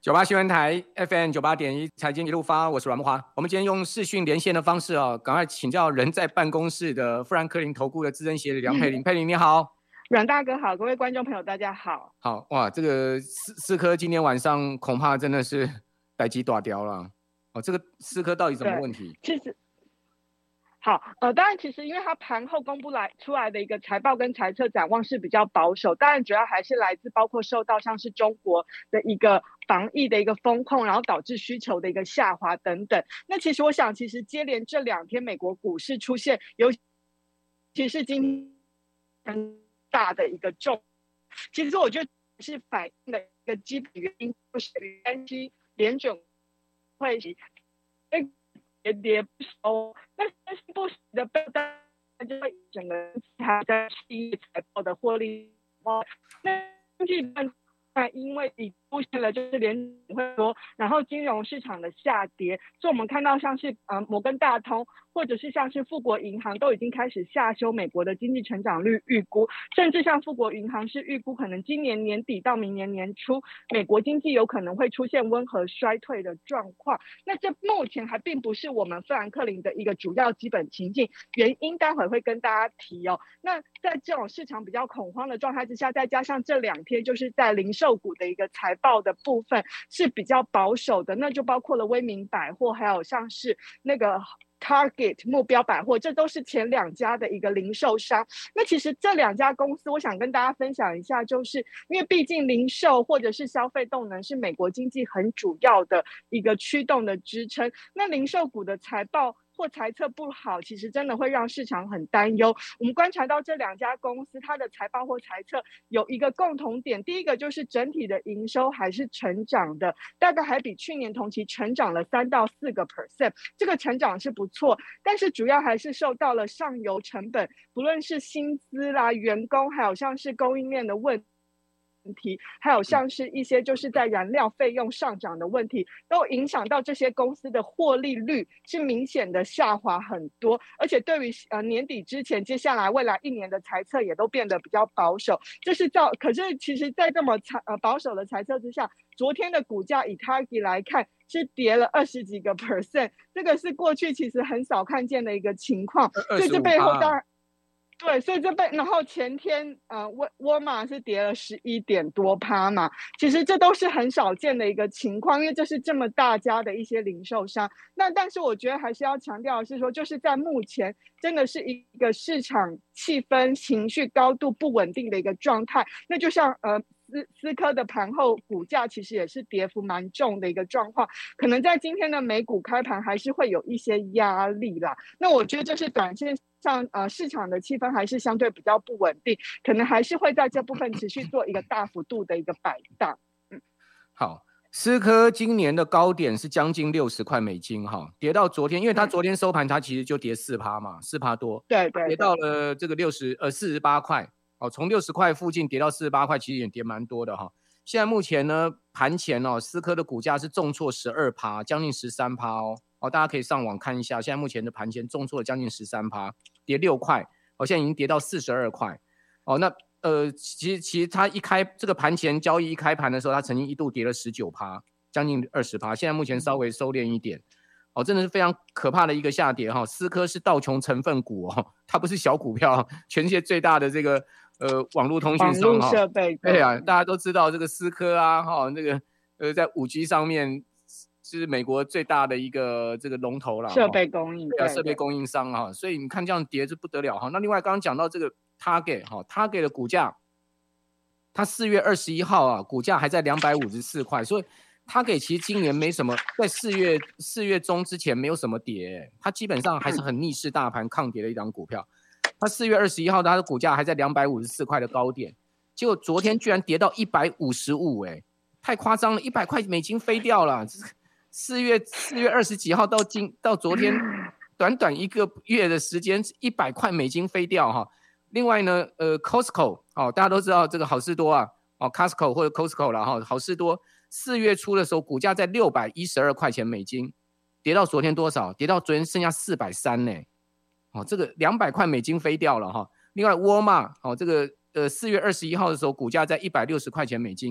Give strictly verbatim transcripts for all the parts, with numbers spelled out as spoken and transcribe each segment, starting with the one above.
九八新闻台 F M 九八点一财经一路发，我是阮慕骅。我们今天用视讯连线的方式啊，赶快请教人在办公室的富兰克林投顾的资深协理梁佩玲。佩玲你好。 阮大哥好，各位观众朋友大家好。 好哇，这个思思科今天晚上恐怕真的是代机大掉了。哦，这个思科到底什么问题？ 其实。好，呃，当然，其实因为它盘后公布来出来的一个财报跟财测展望是比较保守，当然主要还是来自包括受到像是中国的一个防疫的一个风控，然后导致需求的一个下滑等等。那其实我想，其实接连这两天美国股市出现，尤其是今天很大的一个重，其实我觉得是反映的一个基本原因，就是担心联准会跌跌不收，那但是不时的被大家就会整个它在企业财报的获利，那经济半因为已出现了就是联储会说，然后金融市场的下跌，所以我们看到像是呃摩根大通或者是像是富国银行都已经开始下修美国的经济成长率预估，甚至像富国银行是预估可能今年年底到明年年初，美国经济有可能会出现温和衰退的状况。那这目前还并不是我们富兰克林的一个主要基本情境，原因待会会跟大家提哦。那在这种市场比较恐慌的状态之下，再加上这两天就是在零售股的一个财报的部分是比较保守的，那就包括了威明百货，还有像是那个Target 目标百货，这都是前两家的一个零售商。那其实这两家公司我想跟大家分享一下，就是因为毕竟零售或者是消费动能是美国经济很主要的一个驱动的支撑，那零售股的财报或财测不好，其实真的会让市场很担忧。我们观察到这两家公司它的财报或财测有一个共同点，第一个就是整体的营收还是成长的，大概还比去年同期成长了三到四个 percent， 这个成长是不错，但是主要还是受到了上游成本，不论是薪资啦、员工，还有像是供应链的问题。问题，还有像是一些就是在燃料费用上涨的问题，都影响到这些公司的获利率是明显的下滑很多，而且对于呃年底之前，接下来未来一年的财测也都变得比较保守，这是造。可是其实，在这么呃保守的财测之下，昨天的股价以 Target 来看是跌了二十几个 percent， 这个是过去其实很少看见的一个情况，所以这背后当然。对，所以这被然后前天呃沃沃尔玛是跌了十一点多趴嘛，其实这都是很少见的一个情况，因为这是这么大家的一些零售商。那但是我觉得还是要强调的是说，就是在目前真的是一个市场气氛情绪高度不稳定的一个状态。那就像呃思思科的盘后股价其实也是跌幅蛮重的一个状况，可能在今天的美股开盘还是会有一些压力啦。那我觉得这是短线上呃市场的气氛还是相对比较不稳定，可能还是会在这部分持续做一个大幅度的一个摆荡。嗯， 好，思科今年的高点是将近六十块美金哈，跌到昨天，因为它昨天收盘它其实就跌四趴嘛，四趴多， 对 对, 对， 跌到了这个六十呃四十八块。哦，从六十块附近跌到四十八块，其实也跌蛮多的哈。现在目前呢，盘前哦，思科的股价是重挫十二趴，将近十三趴哦。哦，大家可以上网看一下，现在目前的盘前重挫了将近十三趴，跌六块，哦，现在已经跌到四十二块。哦，那呃，其实其实它一开这个盘前交易一开盘的时候，它曾经一度跌了十九趴，将近二十趴，现在目前稍微收敛一点。哦，真的是非常可怕的一个下跌哈！思科是道琼成分股哦，它不是小股票，全世界最大的这个呃网络通讯商哈，设备对啊，大家都知道这个思科啊哈，那个呃在 五 G 上面是美国最大的一个这个龙头啦， 设备供应对啊，设备供应商啊，所以你看这样跌就不得了哈。那另外刚刚讲到这个 Target 哈 ，Target 的股价，它四月二十一号啊，股价还在两百五十四块，所以。他给其实今年没什么，在四月四月中之前没有什么跌，它基本上还是很逆势大盘抗跌的一档股票。它四月二十一号它的股价还在两百五十四块的高点，结果昨天居然跌到一百五十五，哎，太夸张了，一百块美金飞掉了。四月四月二十几号到今到昨天，短短一个月的时间，一百块美金飞掉哈。另外呢，呃 ，Costco 哦，大家都知道这个好事多啊，哦 ，Costco 或者 Costco 啦哈，好事多。四月初的时候，股价在六百一十二块钱美金，跌到昨天多少？跌到昨天剩下四百三呢。哦，这个两百块美金飞掉了哈。另外，沃尔玛哦，这个呃四月二十一号的时候，股价在一百六十块钱美金，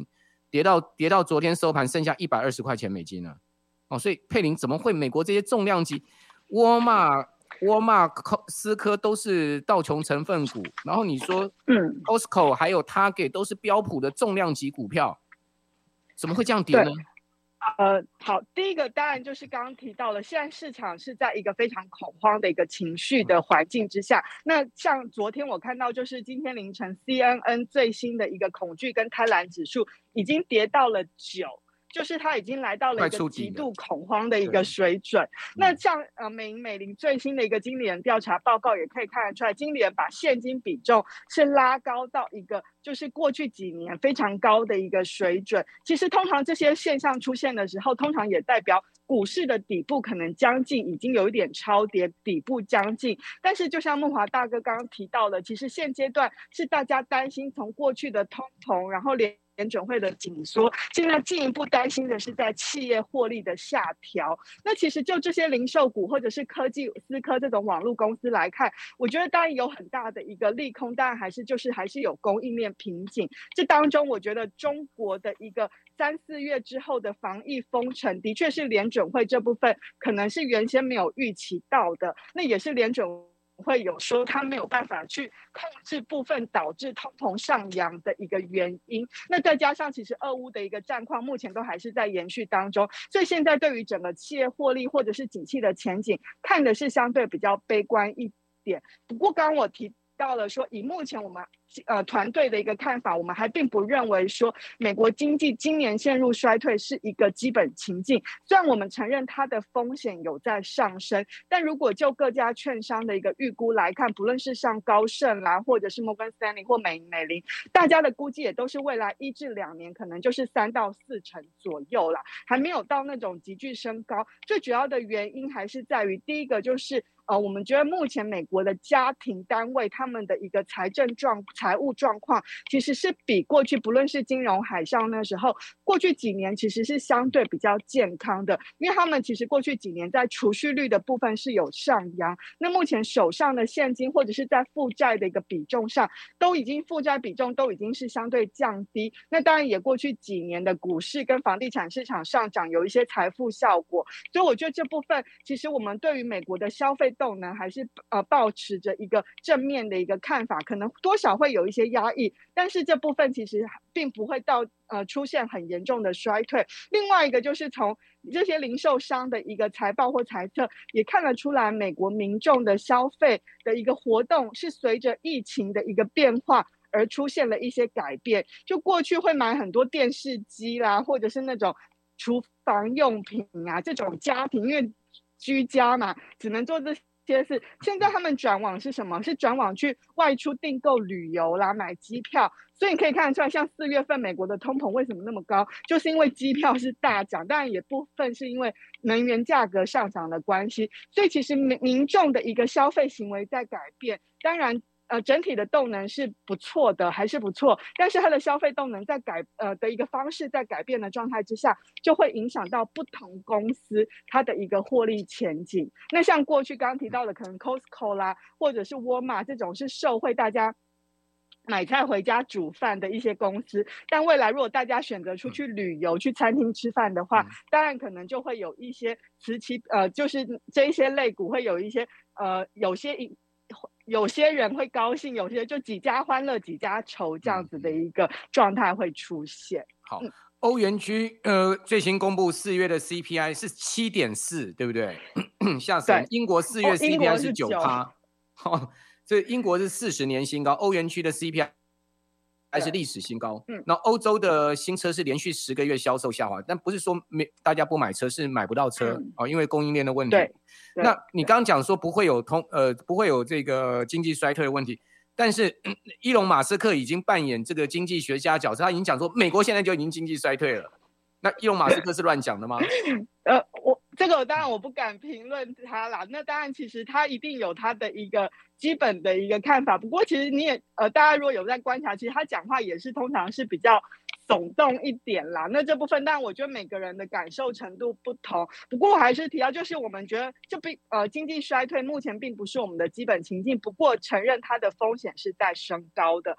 跌到跌到昨天收盘剩下一百二十块钱美金了。哦，所以佩玲怎么会美国这些重量级，沃尔玛、沃尔玛、思科都是道琼成分股，然后你说，嗯 ，Costco 还有 Target 都是标普的重量级股票，怎么会这样跌呢？ 呃，好，第一个当然就是刚刚提到了，现在市场是在一个非常恐慌的一个情绪的环境之下。那像昨天我看到，就是今天凌晨 C N N 最新的一个恐惧跟贪婪指数已经跌到了九。就是它已经来到了一个极度恐慌的一个水准。那像呃美银美林最新的一个经理人调查报告也可以看得出来，经理人把现金比重是拉高到一个就是过去几年非常高的一个水准。其实通常这些现象出现的时候，通常也代表股市的底部可能将近，已经有一点超跌，底部将近。但是就像慕骅大哥刚刚提到的，其实现阶段是大家担心从过去的通膨，然后连联准会的紧缩，现在进一步担心的是在企业获利的下调。那其实就这些零售股或者是科技思科这种网络公司来看，我觉得当然有很大的一个利空，当然还是就是还是有供应链瓶颈。这当中我觉得中国的一个三四月之后的防疫封城，的确是联准会这部分可能是原先没有预期到的，那也是联准会有说他没有办法去控制部分导致通膨上扬的一个原因。那再加上其实俄乌的一个战况目前都还是在延续当中，所以现在对于整个企业获利或者是景气的前景看的是相对比较悲观一点。不过刚刚我提到了说，以目前我们呃团队的一个看法，我们还并不认为说美国经济今年陷入衰退是一个基本情境。虽然我们承认它的风险有在上升，但如果就各家券商的一个预估来看，不论是像高盛啦，或者是摩根斯坦利或美银美林，大家的估计也都是未来一至两年可能就是三到四成左右啦，还没有到那种急剧升高。最主要的原因还是在于第一个就是呃，我们觉得目前美国的家庭单位他们的一个财政状财务状况，其实是比过去不论是金融海啸那时候，过去几年其实是相对比较健康的，因为他们其实过去几年在储蓄率的部分是有上扬。那目前手上的现金或者是在负债的一个比重上，都已经负债比重都已经是相对降低。那当然也过去几年的股市跟房地产市场上涨有一些财富效果，所以我觉得这部分其实我们对于美国的消费动能还是呃抱持着一个正面的一个看法，可能多少会有一些压抑，但是这部分其实并不会到呃出现很严重的衰退。另外一个就是从这些零售商的一个财报或财测也看得出来，美国民众的消费的一个活动是随着疫情的一个变化而出现了一些改变。就过去会买很多电视机啦，或者是那种厨房用品啊，这种家庭因为居家嘛，只能做这些事。现在他们转往是什么？是转往去外出订购旅游啦，买机票。所以你可以看得出来，像四月份美国的通膨为什么那么高，就是因为机票是大涨，当然也部分是因为能源价格上涨的关系。所以其实民民众的一个消费行为在改变，当然呃，整体的动能是不错的，还是不错，但是它的消费动能在改呃的一个方式在改变的状态之下，就会影响到不同公司它的一个获利前景。那像过去刚刚提到的，可能 Costco 啦，或者是沃尔玛这种是受惠大家买菜回家煮饭的一些公司，但未来如果大家选择出去旅游、去餐厅吃饭的话，当然可能就会有一些此起呃，就是这一些类股会有一些呃，有些有些人会高兴，有些就几家欢乐几家愁这样子的一个状态会出现。 好，嗯、欧元区呃最新公布四月的 C P I 是七点四，对不对？吓死人！英国四月 C P I 是九趴，哦，所以英国是四十年新高，欧元区的 C P I 还是历史新高。嗯，那欧洲的新车是连续十个月销售下滑，但不是说没大家不买车，是买不到车、嗯哦、因为供应链的问题。 对，对那你刚刚讲说不会有通呃不会有这个经济衰退的问题，但是、嗯、伊隆马斯克已经扮演这个经济学家角色，他已经讲说美国现在就已经经济衰退了。那伊隆马斯克是乱讲的吗？ 呃，我这个当然我不敢评论他啦。那当然，其实他一定有他的一个基本的一个看法。不过，其实你也呃，大家如果有在观察，其实他讲话也是通常是比较耸动一点啦。那这部分，当然我觉得每个人的感受程度不同。不过我还是提到，就是我们觉得就并呃经济衰退目前并不是我们的基本情境，不过承认它的风险是在升高的。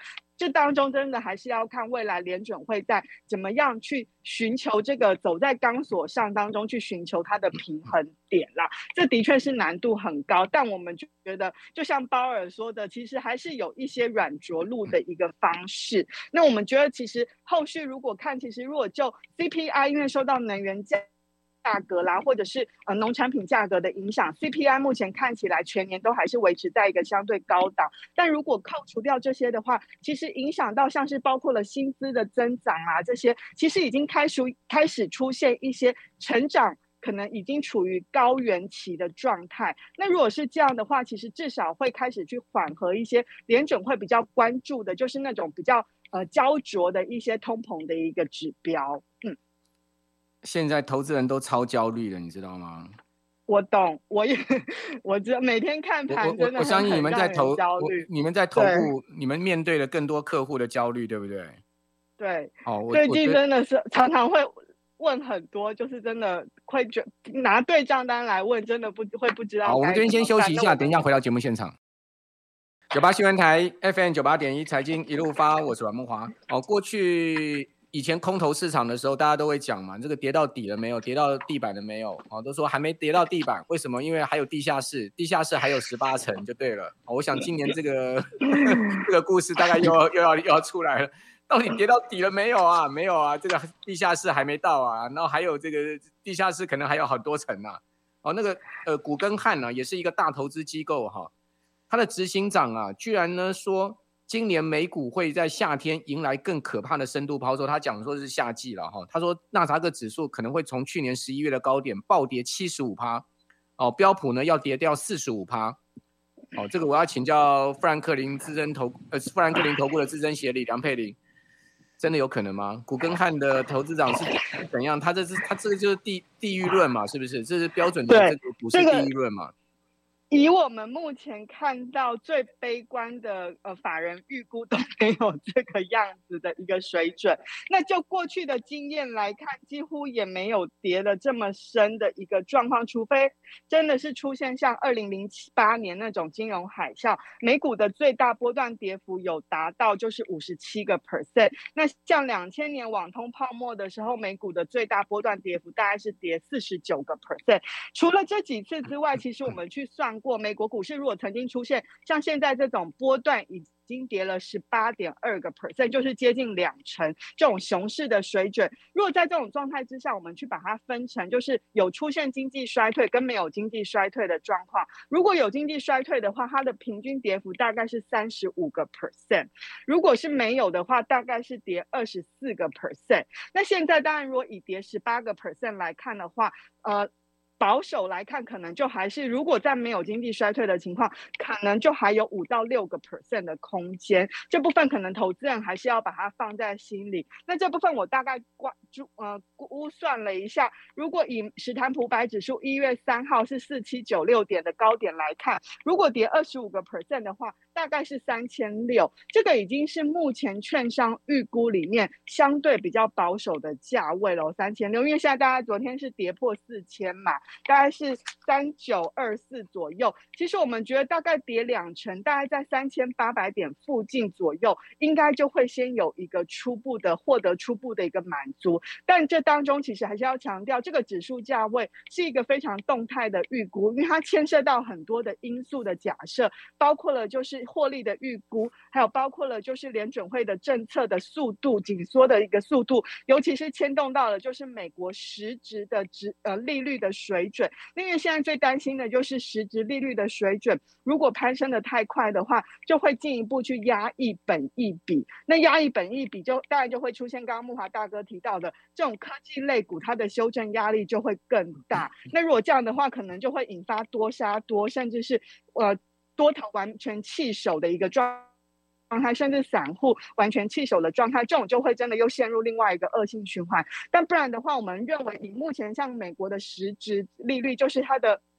这当中真的还是要看未来联准会在怎么样去寻求这个走在钢索上当中去寻求它的平衡点啦。这的确是难度很高，但我们觉得就像鲍尔说的，其实还是有一些软着陆的一个方式。那我们觉得其实后续如果看，其实如果就 C P I 因为受到能源价价格啦，或者是呃农产品价格的影响 ，C P I 目前看起来全年都还是维持在一个相对高档。但如果扣除掉这些的话，其实影响到像是包括了薪资的增长啊，这些其实已经开始开始出现一些成长。可能已经处于高原期的状态。那如果是这样的话，其实至少会开始去缓和一些联准会比较关注的，就是那种比较呃焦灼的一些通膨的一个指标。嗯， 现在投资人都超焦虑的，你知道吗？ 我懂，我也我知道每天看盘真的我相信你们在投焦虑， 你们在投顾，你们面对了更多客户的焦虑，对不对？ 对， 哦， 最近真的是常常会问很多，就是真的会觉拿对账单来问，真的不会不知道。 好，我们这边先休息一下，等一下回到节目现场。九八新闻台 F M 九八点一财经一路发，我是阮慕骅。哦，过去以前空头市场的时候，大家都会讲嘛，这个跌到底了没有？跌到地板了没有？哦，都说还没跌到地板，为什么？因为还有地下室，地下室还有十八层就对了。哦，我想今年这个这个故事大概又要又要又要出来了。到底跌到底了没有啊？没有啊，这个地下室还没到啊，然后还有这个地下室可能还有很多层啊。哦，那个呃，古根汉呢、啊，也是一个大投资机构哈、啊，他的执行长啊，居然呢说今年美股会在夏天迎来更可怕的深度抛售。他讲说是夏季了哈，他说纳斯达克指数可能会从去年十一月的高点暴跌 百分之七十五， 哦，标普呢要跌掉 百分之四十五。哦，这个我要请教富兰克林资深投呃富兰克林投顾的资深协理梁佩玲。真的有可能吗？古根汉的投资长是怎样？他这是他这个就是地地狱论嘛，是不是？这是标准的这个股市地狱论嘛？ 以我们目前看到最悲观的呃法人预估都没有这个样子的一个水准，那就过去的经验来看，几乎也没有跌得这么深的一个状况，除非真的是出现像二零零八年那种金融海啸，美股的最大波段跌幅有达到就是五十七个 percent。那像两千年网通泡沫的时候，美股的最大波段跌幅大概是跌四十九个 percent。除了这几次之外，其实我们去算过，美国股市如果曾经出现像现在这种波段已经跌了 十八点二个 percent， 就是接近两成这种熊市的水准。如果在这种状态之下，我们去把它分成就是有出现经济衰退跟没有经济衰退的状况。如果有经济衰退的话，它的平均跌幅大概是三十五个 percent， 如果是没有的话，大概是跌二十四个 percent。那现在当然如果以跌十八个 percent 来看的话，呃。保守来看，可能就还是如果在没有经济衰退的情况，可能就还有五到六个 percent 的空间。这部分可能投资人还是要把它放在心里。那这部分我大概关注呃估算了一下，如果以史坦普百指数一月三号是四七九六点的高点来看，如果跌二十五个 percent 的话，大概是三千六。这个已经是目前券商预估里面相对比较保守的价位了，三千六。因为现在大家昨天是跌破四千嘛。大概是三九二四左右，其实我们觉得大概跌两成，大概在三千八百点附近左右，应该就会先有一个初步的获得初步的一个满足。但这当中其实还是要强调，这个指数价位是一个非常动态的预估，因为它牵涉到很多的因素的假设，包括了就是获利的预估，还有包括了就是联准会的政策的速度紧缩的一个速度，尤其是牵动到了就是美国实质的值呃利率的水准。因为现在最担心的就是实质利率的水准，如果攀升的太快的话，就会进一步去压抑本益比。那压抑本益比就当然就会出现刚刚慕骅大哥提到的这种科技类股，它的修正压力就会更大。那如果这样的话，可能就会引发多杀多，甚至是呃多头完全弃守的一个状状态，甚至散户完全弃守的状态，这种就会真的又陷入另外一个恶性循环。但不然的话，我们认为以目前像美国的实质利率，就是它的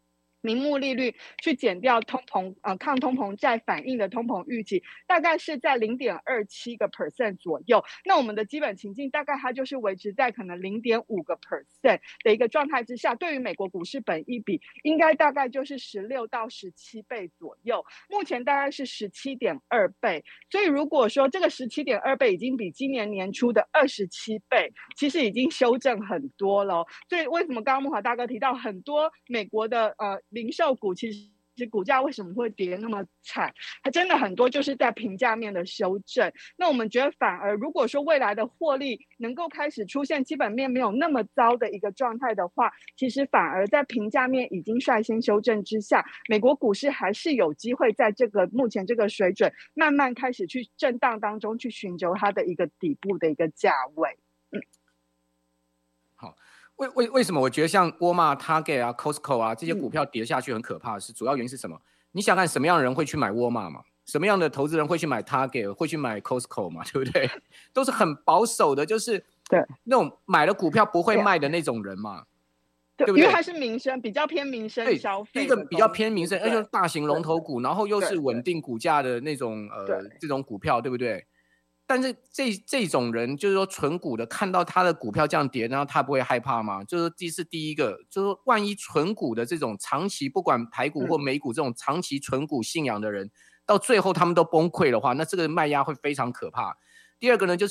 名目利率去减掉通膨呃抗通膨债反映的通膨预期，大概是在 零点二七个 percent 左右。那我们的基本情境大概它就是维持在可能 零点五个 percent 的一个状态之下，对于美国股市本益比应该大概就是十六到十七倍左右，目前大概是 十七点二倍。所以如果说这个 十七点二倍已经比今年年初的二十七倍，其实已经修正很多了。所以为什么刚刚慕骅大哥提到很多美国的呃零售股其实其实股价为什么会跌那么惨，它真的很多就是在评价面的修正。那我们觉得反而如果说未来的获利能够开始出现基本面没有那么糟的一个状态的话，其实反而在评价面已经率先修正之下，美国股市还是有机会在这个目前这个水准慢慢开始去震荡当中去寻求它的一个底部的一个价位。嗯， 好。为为为什么我觉得像沃尔玛、Target 啊、Costco 啊这些股票跌下去很可怕？是主要原因是什么？你想看什么样的人会去买沃尔玛嘛？什么样的投资人会去买 Target， 会去买 Costco 嘛？对不对？都是很保守的，就是对那种买了股票不会卖的那种人嘛，对, 对不对？ 因为它是民生，比较偏民生消费， 一个比较偏民生，而且大型龙头股，然后又是稳定股价的那种呃这种股票，对不对？但是这这种人就是说纯股的，看到他的股票这样跌，然后他不会害怕吗？就是这是第一个，就是说万一纯股的这种长期不管台股或美股这种长期纯股信仰的人，嗯、到最后他们都崩溃的话，那这个卖压会非常可怕。第二个呢，就是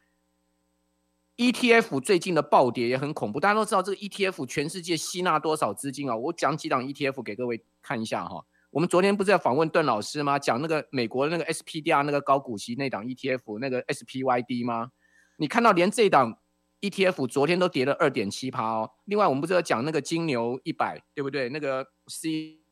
E T F 最近的暴跌也很恐怖，大家都知道这个 E T F 全世界吸纳多少资金啊？我讲几档 E T F 给各位看一下哈。我们昨天不是在访问邓老师吗？讲那个美国那个 S P D R 那个高股息那档 E T F 那个 S P Y D 吗？你看到连这档 E T F 昨天都跌了 百分之二点七 哦。另外我们不是在讲那个金牛一百，对不对？那个 C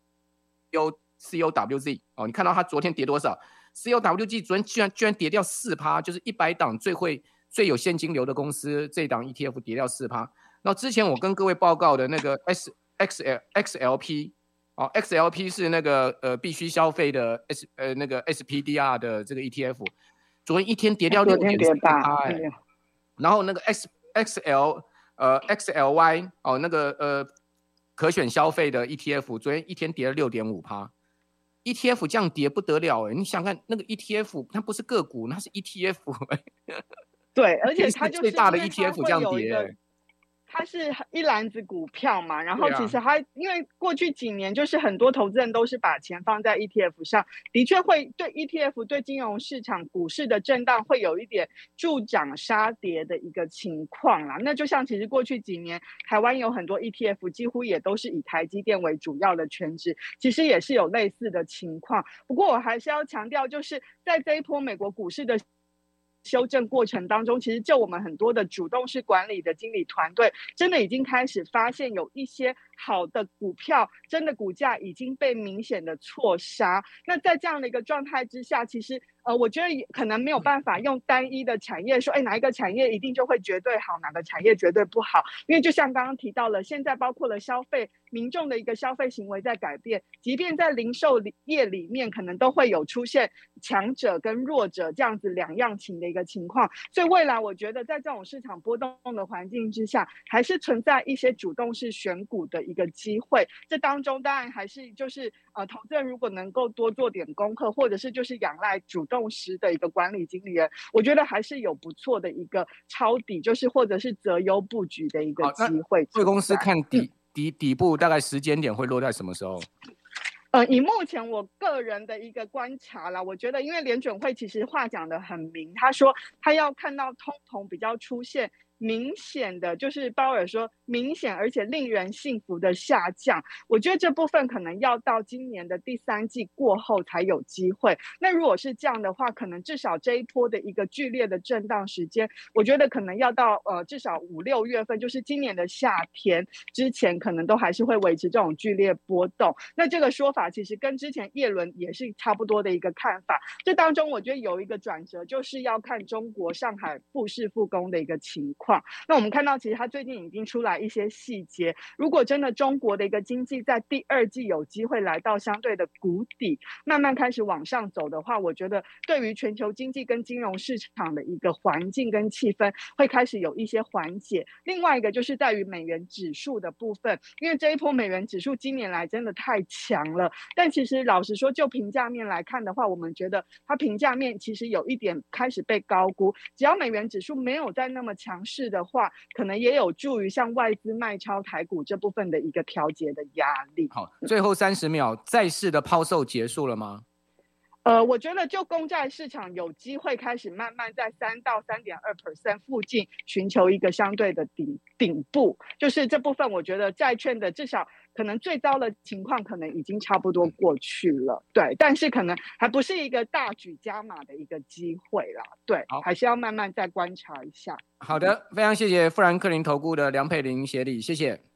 O W Z 哦，你看到它昨天跌多少 ？C O W Z 昨天居然居然跌掉 百分之四， 就是一百档最会最有现金流的公司，这档 E T F 跌掉 百分之四。然后之前我跟各位报告的那个 S X L X L P。哦 ，X L P 是那个呃必须消费的 S 呃那个 S P D R 的这个 E T F， 昨天一天跌掉 百分之六点四， 哎，然后那个 X XL 呃 X L Y 哦那个呃可选消费的 E T F， 昨天一天跌了 百分之六点五。E T F 这样跌不得了哎，你想看那个 E T F， 它不是个股，它是 E T F， 对，而且它就是最大的 E T F 这样跌。 它是一篮子股票嘛，然后其实它、啊、因为过去几年就是很多投资人都是把钱放在 E T F 上，的确会对 E T F 对金融市场股市的震荡会有一点助涨杀跌的一个情况啦。那就像其实过去几年台湾有很多 E T F 几乎也都是以台积电为主要的权值，其实也是有类似的情况。不过我还是要强调，就是在这一波美国股市的修正过程当中，其实就我们很多的主动式管理的经理团队真的已经开始发现有一些好的股票真的股价已经被明显的错杀。那在这样的一个状态之下，其实呃，我觉得可能没有办法用单一的产业说，哎，哪一个产业一定就会绝对好，哪个产业绝对不好。因为就像刚刚提到了，现在包括了消费民众的一个消费行为在改变，即便在零售业里面可能都会有出现强者跟弱者这样子两样情的一个情况。所以未来我觉得在这种市场波动的环境之下，还是存在一些主动式选股的一个机会。这当中当然还是就是呃，投资人如果能够多做点功课，或者是就是仰赖主动式的一个管理经理人，我觉得还是有不错的一个抄底，就是或者是择优布局的一个机会。 贵公司看底、嗯、底底部大概时间点会落在什么时候？ 呃，以目前我个人的一个观察啦，我觉得因为联准会其实话讲得很明，他说他要看到通膨比较出现明显的，就是鲍尔说明显而且令人信服的下降，我觉得这部分可能要到今年的第三季过后才有机会。那如果是这样的话，可能至少这一波的一个剧烈的震荡时间，我觉得可能要到呃至少五六月份，就是今年的夏天之前，可能都还是会维持这种剧烈波动。那这个说法其实跟之前叶伦也是差不多的一个看法。这当中我觉得有一个转折，就是要看中国上海复市复工的一个情况。 况。那我们看到其实它最近已经出来一些细节，如果真的中国的一个经济在第二季有机会来到相对的谷底，慢慢开始往上走的话，我觉得对于全球经济跟金融市场的一个环境跟气氛会开始有一些缓解。另外一个就是在于美元指数的部分，因为这一波美元指数今年来真的太强了，但其实老实说就评价面来看的话，我们觉得它评价面其实有一点开始被高估，只要美元指数没有再那么强势的话，可能也有助于像外资卖超台股这部分的一个调节的压力。 好，最后三十秒，债市的抛售结束了吗？ 呃，我觉得就公债市场有机会开始慢慢在三到三点二 percent 附近寻求一个相对的顶顶部，就是这部分我觉得债券的至少可能最糟的情况可能已经差不多过去了，对，但是可能还不是一个大举加码的一个机会啦，对，还是要慢慢再观察一下。 好的，非常谢谢富兰克林投顾的梁佩玲协理，谢谢。